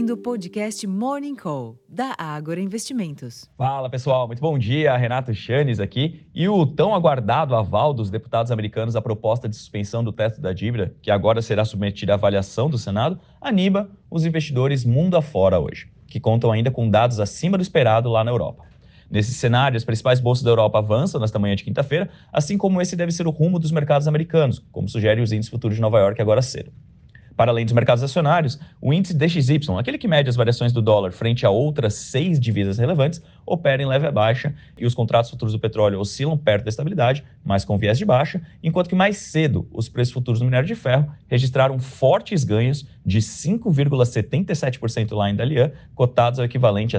ouvindo o podcast Morning Call, da Ágora Investimentos. Fala pessoal, muito bom dia, Renato Chanes aqui. E o tão aguardado aval dos deputados americanos à proposta de suspensão do teto da dívida, que agora será submetida à avaliação do Senado, anima os investidores mundo afora hoje, que contam ainda com dados acima do esperado lá na Europa. Nesse cenário, as principais bolsas da Europa avançam nesta manhã de quinta-feira, assim como esse deve ser o rumo dos mercados americanos, como sugere os índices futuros de Nova York agora cedo. Para além dos mercados acionários, o índice DXY, aquele que mede as variações do dólar frente a outras 6 divisas relevantes, opera em leve baixa e os contratos futuros do petróleo oscilam perto da estabilidade, mas com viés de baixa, enquanto que mais cedo os preços futuros do minério de ferro registraram fortes ganhos de 5,77% lá em Dalian, cotados ao equivalente a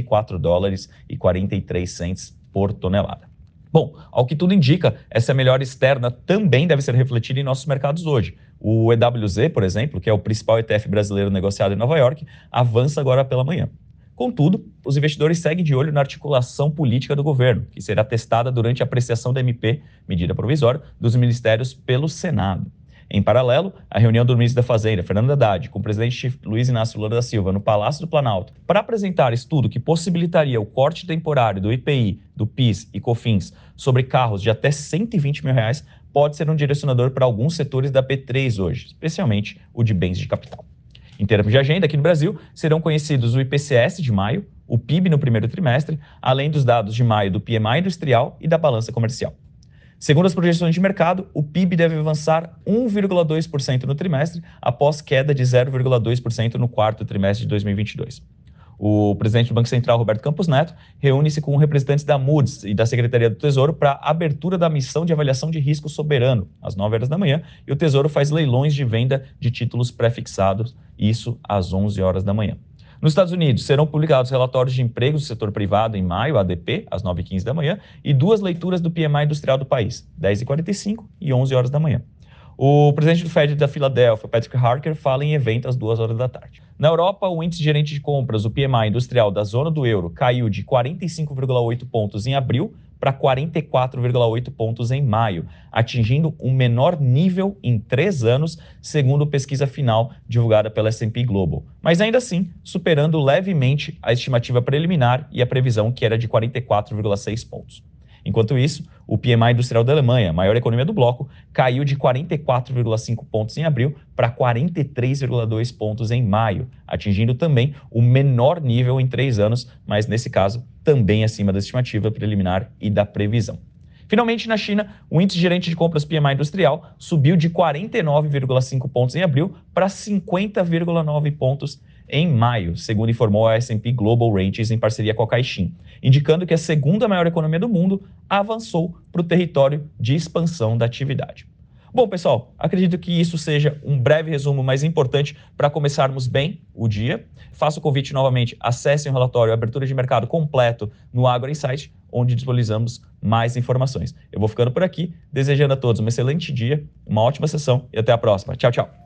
$104,43 por tonelada. Bom, ao que tudo indica, essa melhora externa também deve ser refletida em nossos mercados hoje. O EWZ, por exemplo, que é o principal ETF brasileiro negociado em Nova York, avança agora pela manhã. Contudo, os investidores seguem de olho na articulação política do governo, que será testada durante a apreciação da MP, medida provisória, dos ministérios pelo Senado. Em paralelo, a reunião do ministro da Fazenda, Fernando Haddad, com o presidente Luiz Inácio Lula da Silva no Palácio do Planalto, para apresentar estudo que possibilitaria o corte temporário do IPI, do PIS e COFINS sobre carros de até R$120 mil, pode ser um direcionador para alguns setores da B3 hoje, especialmente o de bens de capital. Em termos de agenda, aqui no Brasil, serão conhecidos o IPCS de maio, o PIB no primeiro trimestre, além dos dados de maio do PMI industrial e da balança comercial. Segundo as projeções de mercado, o PIB deve avançar 1,2% no trimestre, após queda de 0,2% no quarto trimestre de 2022. O presidente do Banco Central, Roberto Campos Neto, reúne-se com representantes da Moody's e da Secretaria do Tesouro para a abertura da missão de avaliação de risco soberano, às 9 horas da manhã, e o Tesouro faz leilões de venda de títulos pré-fixados, isso às 11 horas da manhã. Nos Estados Unidos, serão publicados relatórios de emprego do setor privado em maio, ADP, às 9h15 da manhã, e duas leituras do PMI industrial do país, 10h45 e 11 horas da manhã. O presidente do Fed da Filadélfia, Patrick Harker, fala em evento às 2 horas da tarde. Na Europa, o índice gerente de compras, o PMI industrial da zona do euro, caiu de 45,8 pontos em abril para 44,8 pontos em maio, atingindo o menor nível em 3 anos, segundo pesquisa final divulgada pela S&P Global. Mas ainda assim, superando levemente a estimativa preliminar e a previsão que era de 44,6 pontos. Enquanto isso, o PMI industrial da Alemanha, maior economia do bloco, caiu de 44,5 pontos em abril para 43,2 pontos em maio, atingindo também o menor nível em 3 anos, mas nesse caso também acima da estimativa preliminar e da previsão. Finalmente, na China, o índice gerente de compras PMI industrial subiu de 49,5 pontos em abril para 50,9 pontos em maio, segundo informou a S&P Global Ratings em parceria com a Caixin, indicando que a segunda maior economia do mundo avançou para o território de expansão da atividade. Bom, pessoal, acredito que isso seja um breve resumo mais importante para começarmos bem o dia. Faço o convite novamente, acessem o relatório Abertura de Mercado completo no Agora Insight, onde disponibilizamos mais informações. Eu vou ficando por aqui, desejando a todos um excelente dia, uma ótima sessão e até a próxima. Tchau, tchau.